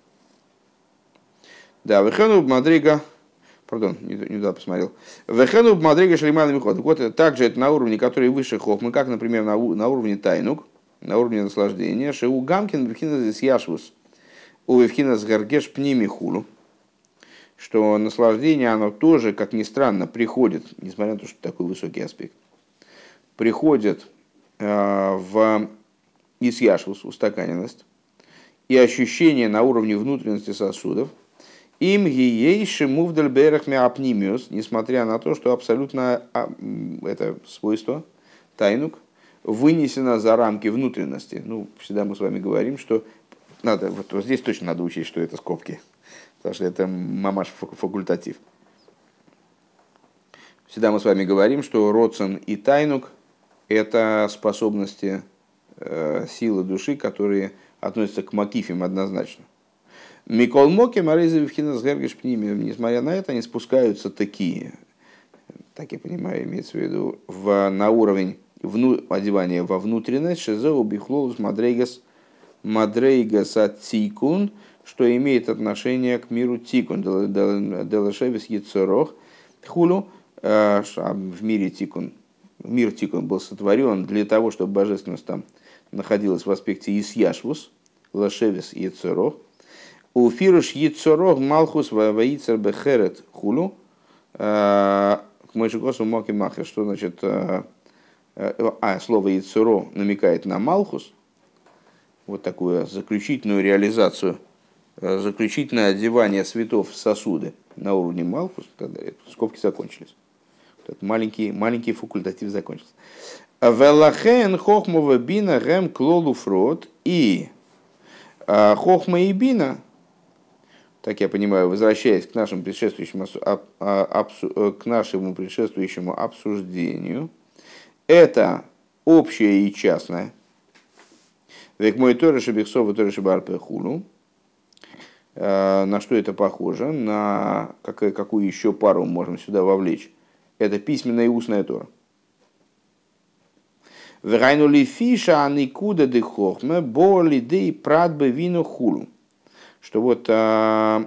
Да, выхану мадрига. Пардон, не, не туда посмотрел. Вехену мадрига шлиман михот. Вот также это на уровне, который выше хохмы, как, например, на, на уровне тайнук, на уровне наслаждения. Шеу гамкин бифхина здесь яшвус. У бифхина с гаргеш пними хулу. что наслаждение, оно тоже, как ни странно, приходит, несмотря на то, что такой высокий аспект, приходит э, в исьяшвус, устаканенность, и ощущение на уровне внутренности сосудов, им гиейши мувдаль берах миапнимиус, несмотря на то, что абсолютно это свойство, тайнук, вынесено за рамки внутренности. Ну, всегда мы с вами говорим, что надо, вот, вот здесь точно надо учесть, что это скобки, потому что это мамаш факультатив. Всегда мы с вами говорим, что роцен и тайнук – это способности э, силы души, которые относятся к макифим однозначно. Микол Моки, Мариза Вивхина с Гергеш Пними, несмотря на это, они спускаются такие, так я понимаю, имеется в виду, в, на уровень вну, одевания во внутренность, Шизеу Бихлоус Мадрейгас Мадрейгас Ацикун, что имеет отношение к миру Тикун, Делашевис Яцорох, Хулу, в мире Тикун. Мир Тикун был сотворен для того, чтобы божественность там находилась в аспекте Исьяшвус, Лашевис Яцорох. У фируш Яцорох Малхус Ваицер Бехерет Хулу, к Мойшикосу Моки Махер, что значит, а, слово Яцоро намекает на Малхус, вот такую заключительную реализацию, заключительное одевание светов в сосуды на уровне Малхус, тогда скобки закончились. Этот маленький, маленький факультатив закончился. Велахен хохмова бина гэм клолу фрод, и хохма и бина, так я понимаю, возвращаясь к нашему предшествующему, к нашему предшествующему обсуждению, это общее и частное. Век мой торы шебихсов и торы шебарпе хулу. На что это похоже? На какую еще пару можем сюда вовлечь? Это письменная и устная Тора. Врайнули фиша аникуда де хохме боли дей прадбе вину хулу. Что вот а,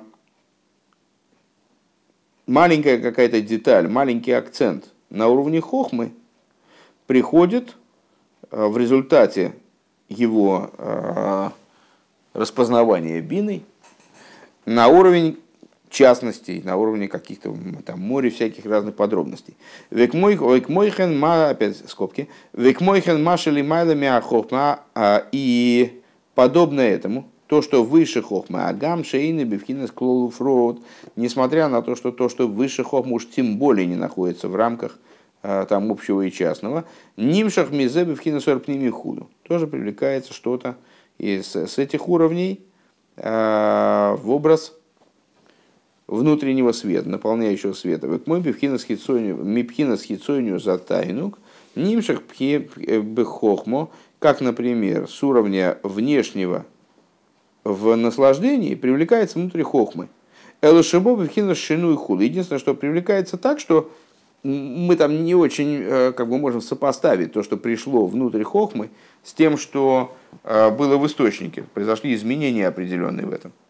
маленькая какая-то деталь, маленький акцент на уровне хохмы приходит а, в результате его а, распознавания биной на уровень частностей, на уровне каких-то там море всяких разных подробностей. Век мойхен ма, опять скобки, век мойхен машели майлами ахохма, и подобно этому, то, что выше хохма, агам шейны бифхинес клолу фрод, несмотря на то, что то, что выше хохма, уж тем более не находится в рамках там общего и частного, нимшах мизе бифхинес орпними худу, тоже привлекается что-то из с этих уровней в образ внутреннего света, наполняющего света. Мой бифхинас хитсойню за тайнук, нимшах бехохмо, как, например, с уровня внешнего в наслаждении привлекается внутри хохмы. Элшебо бифхинас шину и хул. Единственное, что привлекается так, что мы там не очень как бы можем сопоставить то, что пришло внутрь хохмы, с тем, что было в источнике. Произошли изменения определенные в этом.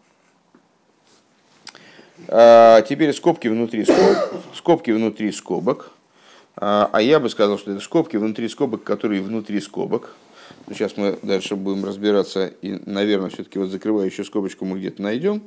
Теперь скобки внутри скобок, скобки внутри скобок. А я бы сказал, что это скобки внутри скобок, которые внутри скобок. Сейчас мы дальше будем разбираться, и, наверное, все-таки вот закрывающую скобочку мы где-то найдем.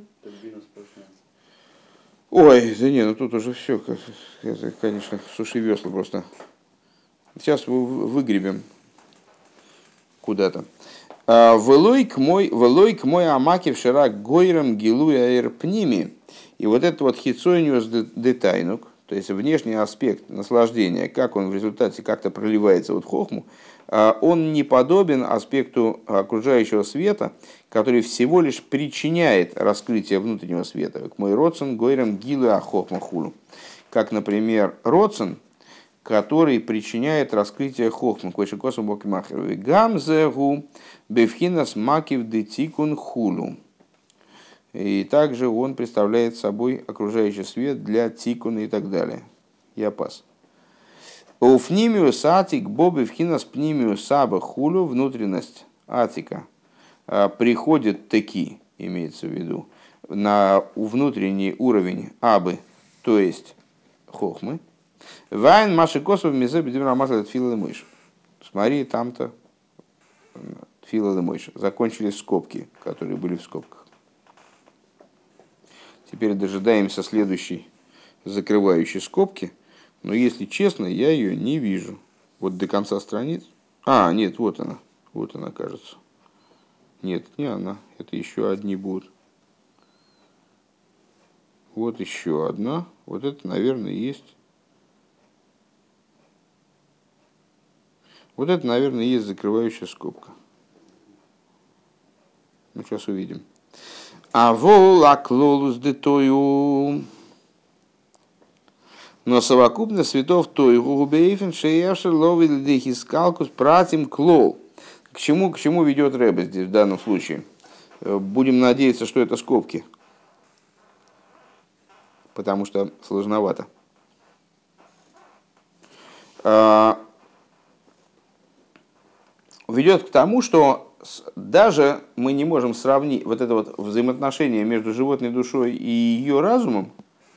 Ой, да не, ну тут уже все, это, конечно, суши весла просто. Сейчас выгребем куда-то. Велойк мой, велойк мой амаки вчера гойрам гилуя эрпними. И вот этот вот хитсойниус детайнук, то есть внешний аспект наслаждения, как он в результате как-то проливается вот в хохму, он не подобен аспекту окружающего света, который всего лишь причиняет раскрытие внутреннего света. К мой родсен гойрам гилы ахохма хулу. Как, например, родсен, который причиняет раскрытие хохмы. Койшикосу бокимахер. Гамзегу бевхинас макив детикун хулу. И также он представляет собой окружающий свет для тикуна и так далее. Я пас. Уфнимиус атик бобы вхинас пнимиус саба хулу, внутренность атика приходит таки, имеется в виду, на внутренний уровень абы, то есть хохмы. Вайн маши косов мизе бедимра масла тфила мышь. Смотри, там-то тфила мышь. Закончились скобки, которые были в скобках. Теперь дожидаемся следующей закрывающей скобки. Но если честно, я ее не вижу. Вот до конца страниц. А, нет, вот она. Вот она, кажется. Нет, не она. Это еще одни будут. Вот еще одна. Вот это, наверное, есть. Вот это, наверное, есть закрывающая скобка. Ну, сейчас увидим. А вола клолус де тою. Но совокупность светов той губейфен шеявши ловили дехискалкус пратим клол. К чему, к чему ведет Ребе здесь в данном случае? Будем надеяться, что это скобки. Потому что сложновато. Ведет к тому, что даже мы не можем сравнить вот это вот взаимоотношение между животной душой и ее разумом,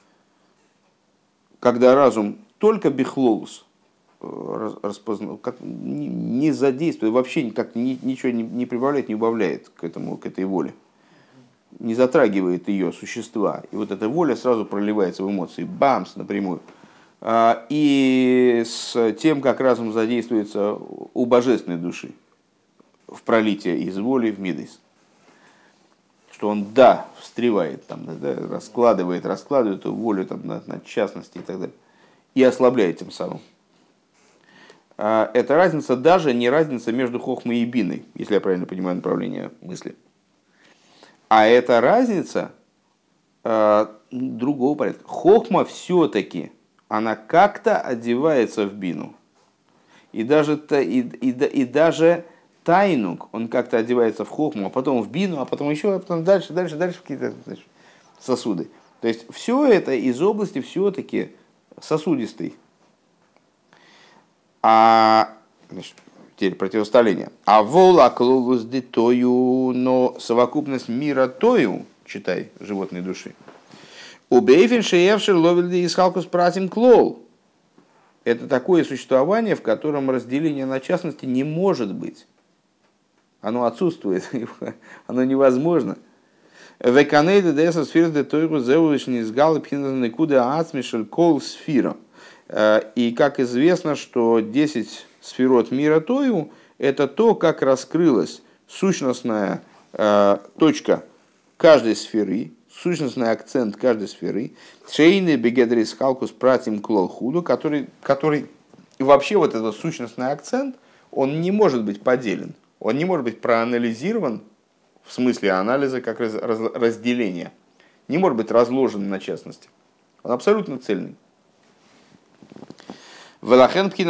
когда разум только бихлоус распознал, как не задействует, вообще как ничего не прибавляет, не убавляет к этому, к этой воле, не затрагивает ее существа, и вот эта воля сразу проливается в эмоции, бамс, напрямую. И с тем, как разум задействуется у божественной души в пролитие из воли в мидейс, что он, да, встревает, там, да, раскладывает, раскладывает эту волю там, на, на частности и так далее, и ослабляет тем самым. Это разница даже не разница между хохмой и биной, если я правильно понимаю направление мысли. А это разница э, другого порядка. Хохма все-таки, она как-то одевается в бину. И даже, и, и, и даже тайнук, он как-то одевается в хохму, а потом в бину, а потом еще, а потом дальше, дальше, дальше в какие-то дальше, сосуды. То есть все это из области все-таки сосудистой. А значит, теперь противостояние. А вола клолус де тою, но совокупность мира тою, читай, животной души. Убейфин шеевшир ловили искалкус пратим клол. Это такое существование, в котором разделение на частности не может быть. Оно отсутствует, оно невозможно. Веканейда деса сфера де тойру зеулишни из галы пхиназны куда ацмишель кол сфера. И как известно, что десять сферот мира Тою – это то, как раскрылась сущностная э, точка каждой сферы, сущностный акцент каждой сферы, шейный бегедрис халкус пратим клол худу, который, который вообще вот этот сущностный акцент, он не может быть поделен, он не может быть проанализирован в смысле анализа как раз, раз, разделения, не может быть разложен на частности, он абсолютно цельный. И по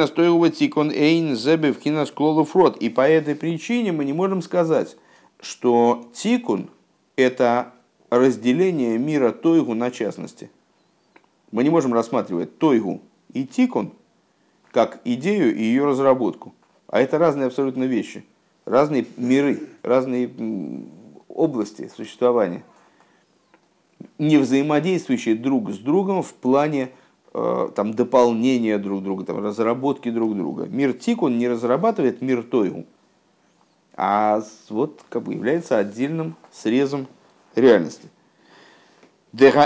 этой причине мы не можем сказать, что тикун – это разделение мира тойгу на частности. Мы не можем рассматривать тойгу и тикун как идею и ее разработку. А это разные абсолютно вещи, разные миры, разные области существования, не взаимодействующие друг с другом в плане там, дополнения друг друга, там, разработки друг друга. Мир тикун не разрабатывает мир тойгу, а вот как бы является отдельным срезом реальности. То есть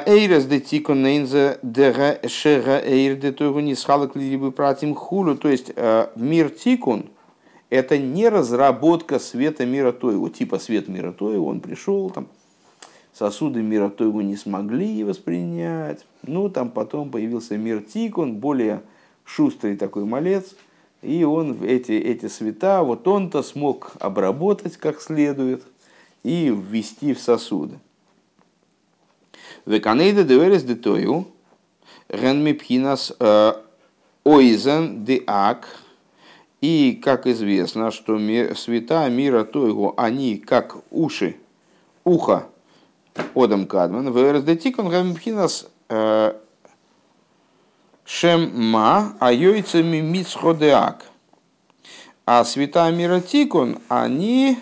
мир тикун – это не разработка света мира тойгу, типа свет мира тойгу, он пришел там, сосуды мира Тойгу не смогли воспринять. Ну, там потом появился мир Тикун, более шустрый такой малец. И он эти, эти света, вот он-то смог обработать как следует и ввести в сосуды. Веканейда деверес де Тойгу, генмипхинас ойзен де ак. И, как известно, что света мира Тойгу, они как уши, ухо, Одам Кадман, в РСДТикон гампхинас шемма, а йойцами мицходеак. А света мира Тикон, они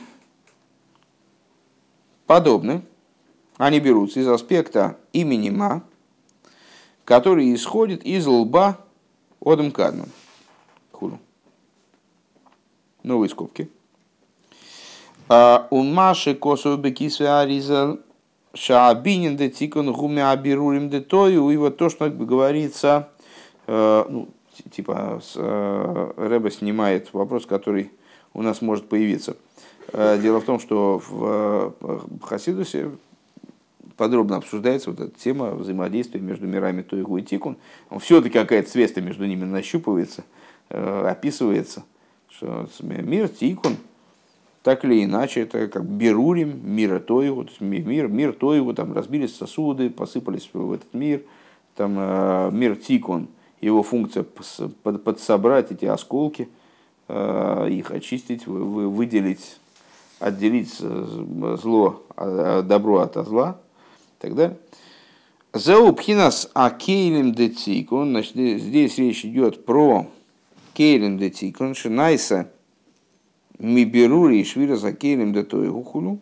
подобны, они берутся из аспекта имени Ма, который исходит из лба Одам Кадман. Худу. Новые скобки. У Маши косу бекисве ариза. Шаабинин де тикон гуме абирурим де тою. И вот то, что говорится, ну, типа Рэбе снимает вопрос, который у нас может появиться. Дело в том, что в Хасидусе подробно обсуждается вот эта тема взаимодействия между мирами Тойгу и Тикун. Все-таки какая-то связь между ними нащупывается, описывается, что мир Тикун, так или иначе, это как Берурим, мира Тойгу, мир, мир Тойгу, там разбились сосуды, посыпались в этот мир, там мир Тикун, его функция подсобрать эти осколки, их очистить, выделить, отделить зло, добро от зла и так далее. Зеупхинас акейлем де тикун, значит, здесь речь идет про кейлем де тикун, шинайса миберури и швира за кейлем де тоегухулю,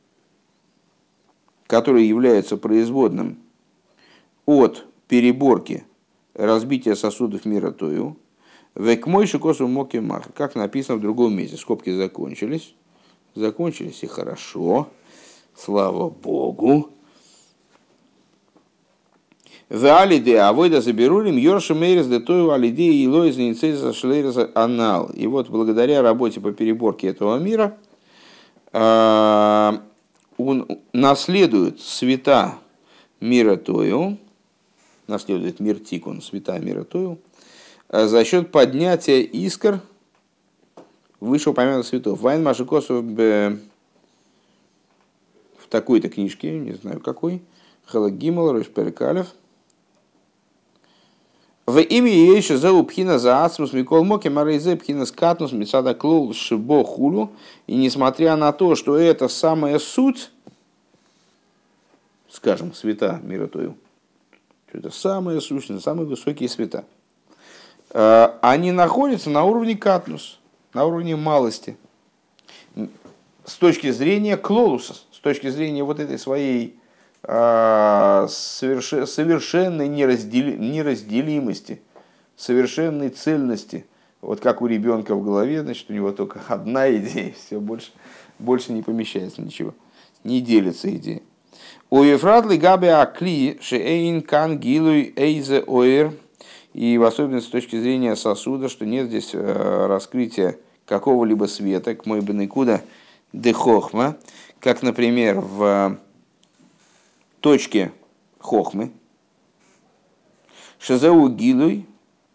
который является производным от переборки разбития сосудов мира Тою, векмой шикосу моки мах, как написано в другом месте. Скобки закончились. Закончились и хорошо. Слава Богу. В алиде авойда заберулим йорша мерис де Тою алиде и лоиз инициаза шлейрза анал. И вот благодаря работе по переборке этого мира он наследует света мира Тою, наследует мир Тикун, света мира Тою, за счет поднятия искр вышеупомянутых светов. Вайн Машикосов в такой-то книжке, не знаю какой, Халагимал, Рошперкалев. В имя еще за упхина за ацмус микол моки марейзе пхина скатнус мецада клол шибо хулу. И несмотря на то, что это самая суть, скажем, света мира Тою, это самая сущность, самые высокие света, они находятся на уровне катнус, на уровне малости. С точки зрения клолуса, с точки зрения вот этой своей совершенной неразделимости, совершенной цельности. Вот как у ребенка в голове, значит, у него только одна идея, все больше, больше не помещается ничего, не делится идея. У Ефрадли Габи Акли Шеэйн Кан Гилуй Эйзе Оэр. И в особенности с точки зрения сосуда, что нет здесь раскрытия какого-либо света, к мой бенекуда дехохма, как, например, в точке хохмы, шазау гилуй,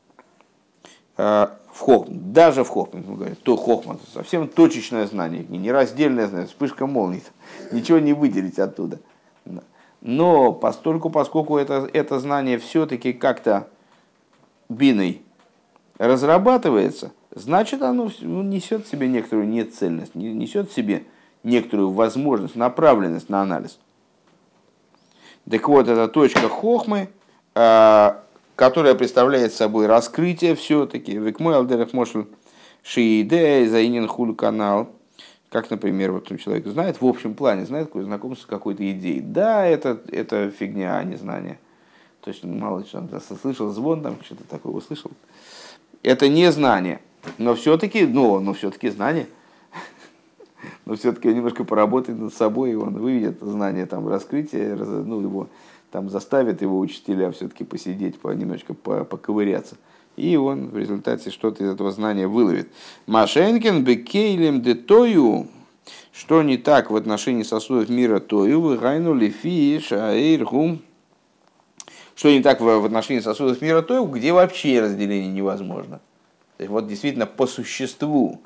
в хохме, даже в хохме, то хохма, совсем точечное знание, не раздельное знание, вспышка молнии, ничего не выделить оттуда. Но постольку, поскольку это, это знание все-таки как-то биной разрабатывается, значит, оно несет в себе некоторую нецельность, несет в себе некоторую возможность, направленность на анализ. Так вот, это точка хохмы, которая представляет собой раскрытие все-таки. Векмой алдерах мошл шииде заинен хуль канал. Как, например, вот человек знает, в общем плане, знает, какое знакомство с какой-то идеей. Да, это, это фигня, а не знание. То есть, мало ли, что он слышал звон, там что-то такое услышал. Это не знание, но все-таки, ну, но все-таки знание. Но все-таки немножко поработает над собой, и он выведет знание, там, раскрытие, ну, его там заставит его учителя все-таки посидеть, по, немножко поковыряться. И он в результате что-то из этого знания выловит. Машенкин бекейлем де тою, что не так в отношении сосудов мира тою, выгайну лифи шаэйрхум. Что не так в отношении сосудов мира тою, где вообще разделение невозможно. То есть, вот действительно по существу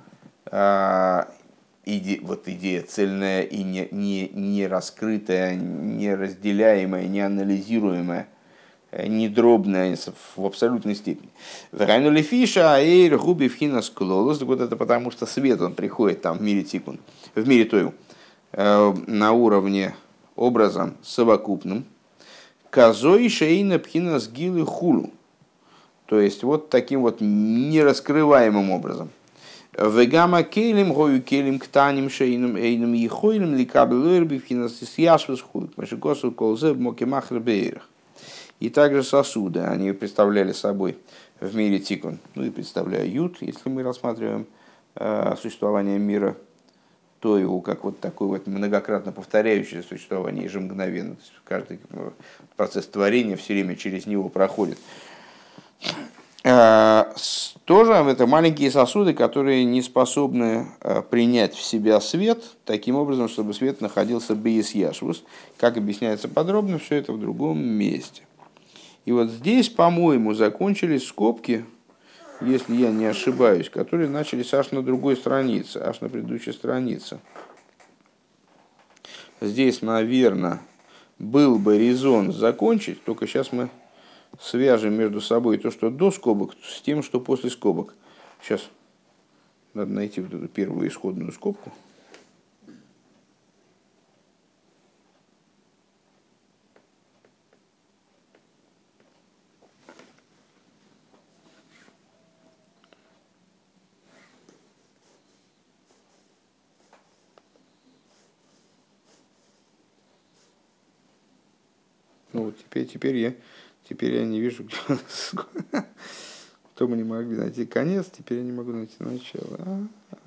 иде, вот идея цельная и не, не, не раскрытая, не разделяемая, не анализируемая, не дробная в абсолютной степени. Врайнули фиша, эйр, губи, вхинас, клолос. Вот это потому, что свет, он приходит там в мире тикун, в мире тою, на уровне образом совокупным. Казой шейна пхинас гилы хулу. То есть, вот таким вот нераскрываемым образом. Вегама келем гою келем ктаним шейным эйным ехойлем ликаблуэрби пхинас яшвас хулу. Машикосу колзе мокемахр бейрах. И также сосуды, они представляли собой в мире тикун, ну и представляют, если мы рассматриваем э, существование мира Тойгу как вот такое вот многократно повторяющееся существование ежемгновенно. То есть каждый процесс творения все время через него проходит. Тоже это маленькие сосуды, которые не способны принять в себя свет таким образом, чтобы свет находился бейс яшвус. Как объясняется подробно, все это в другом месте. И вот здесь, по-моему, закончились скобки, если я не ошибаюсь, которые начались аж на другой странице, аж на предыдущей странице. Здесь, наверное, был бы резон закончить, только сейчас мы свяжем между собой то, что до скобок, с тем, что после скобок. Сейчас надо найти вот эту первую исходную скобку. Ну вот теперь, теперь, я, теперь я не вижу, где у нас. То мы не могли найти конец, теперь я не могу найти начало. А-а-а.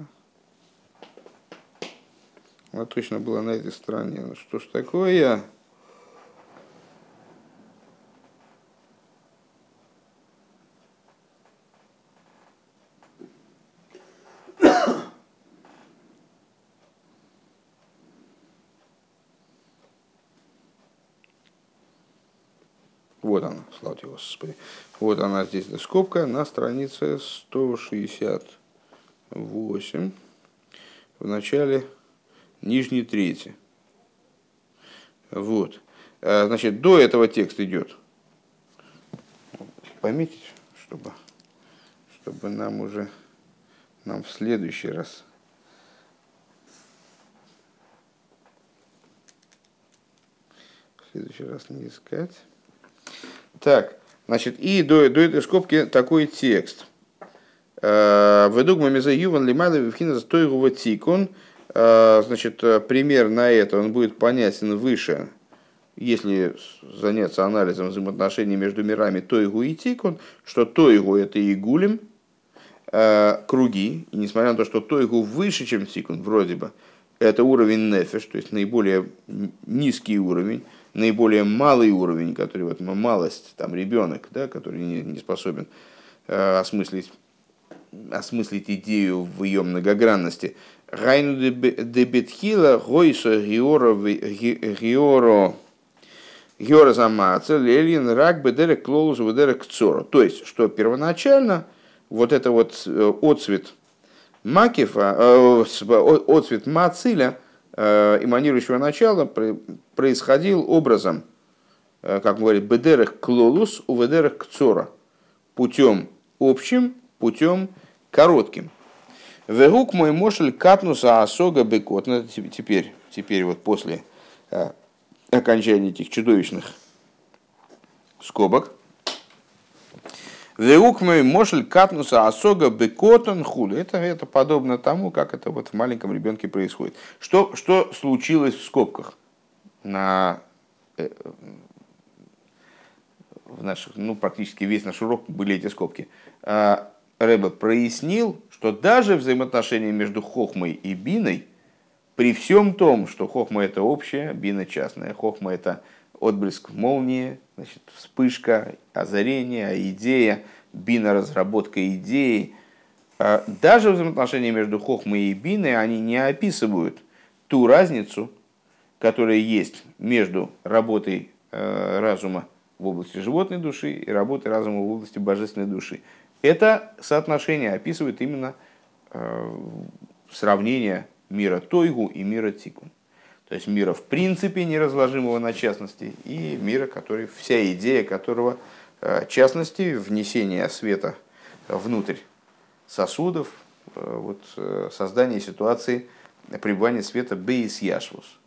Она точно была на этой стороне. Ну что ж такое? Вот она, слава тебе, Господи. Вот она здесь, эта скобка, на странице сто шестьдесят восемь, в начале нижней трети. Вот. Значит, до этого текст идет. Пометить, чтобы, чтобы нам уже, нам в следующий раз. В следующий раз не искать. Так, значит, и до, до этой скобки такой текст. Ведугма мезе юван лимада вивхина стойгува тикон. Значит, пример на это он будет понятен выше, если заняться анализом взаимоотношений между мирами Тойгу и Тикун, что Тойгу это Игулем, круги, и несмотря на то, что Тойгу выше, чем Тикун, вроде бы, это уровень нефеш, то есть наиболее низкий уровень, наиболее малый уровень, который вот малость, там ребенок, да, который не, не способен э, осмыслить, осмыслить идею в ее многогранности. Райну де бетхила гойсо гиоро гиоро гиоро замаца лелин рак бедерек клоус бедерек цоро. То есть, что первоначально вот это вот отцвет макифа, отцвет мациля, эманирующего начала, происходил образом, как говорит, бедерах клолус у бедерах кцора, путем общим, путем коротким. Вегук мой мошель катнуса асога бекот. Ну, теперь, теперь вот после окончания этих чудовищных скобок. Вегук мой мошель катнуса асога бекотон хули. Это, это подобно тому, как это вот в маленьком ребенке происходит. Что, что случилось в скобках? На, э, в наших, ну, практически весь наш урок были эти скобки. А, Рэбе прояснил, что даже взаимоотношения между хохмой и биной, при всем том, что хохма это общая, бина частная, хохма это отблеск молнии, значит, вспышка, озарение, идея, бина разработка идеи, даже взаимоотношения между хохмой и биной, они не описывают ту разницу, которая есть между работой разума в области животной души и работой разума в области божественной души. Это соотношение описывает именно сравнение мира Тойгу и мира Тикун. То есть мира в принципе неразложимого на частности и мира, который, вся идея которого частности, внесение света внутрь сосудов, вот, создание ситуации пребывания света бейс яшвус.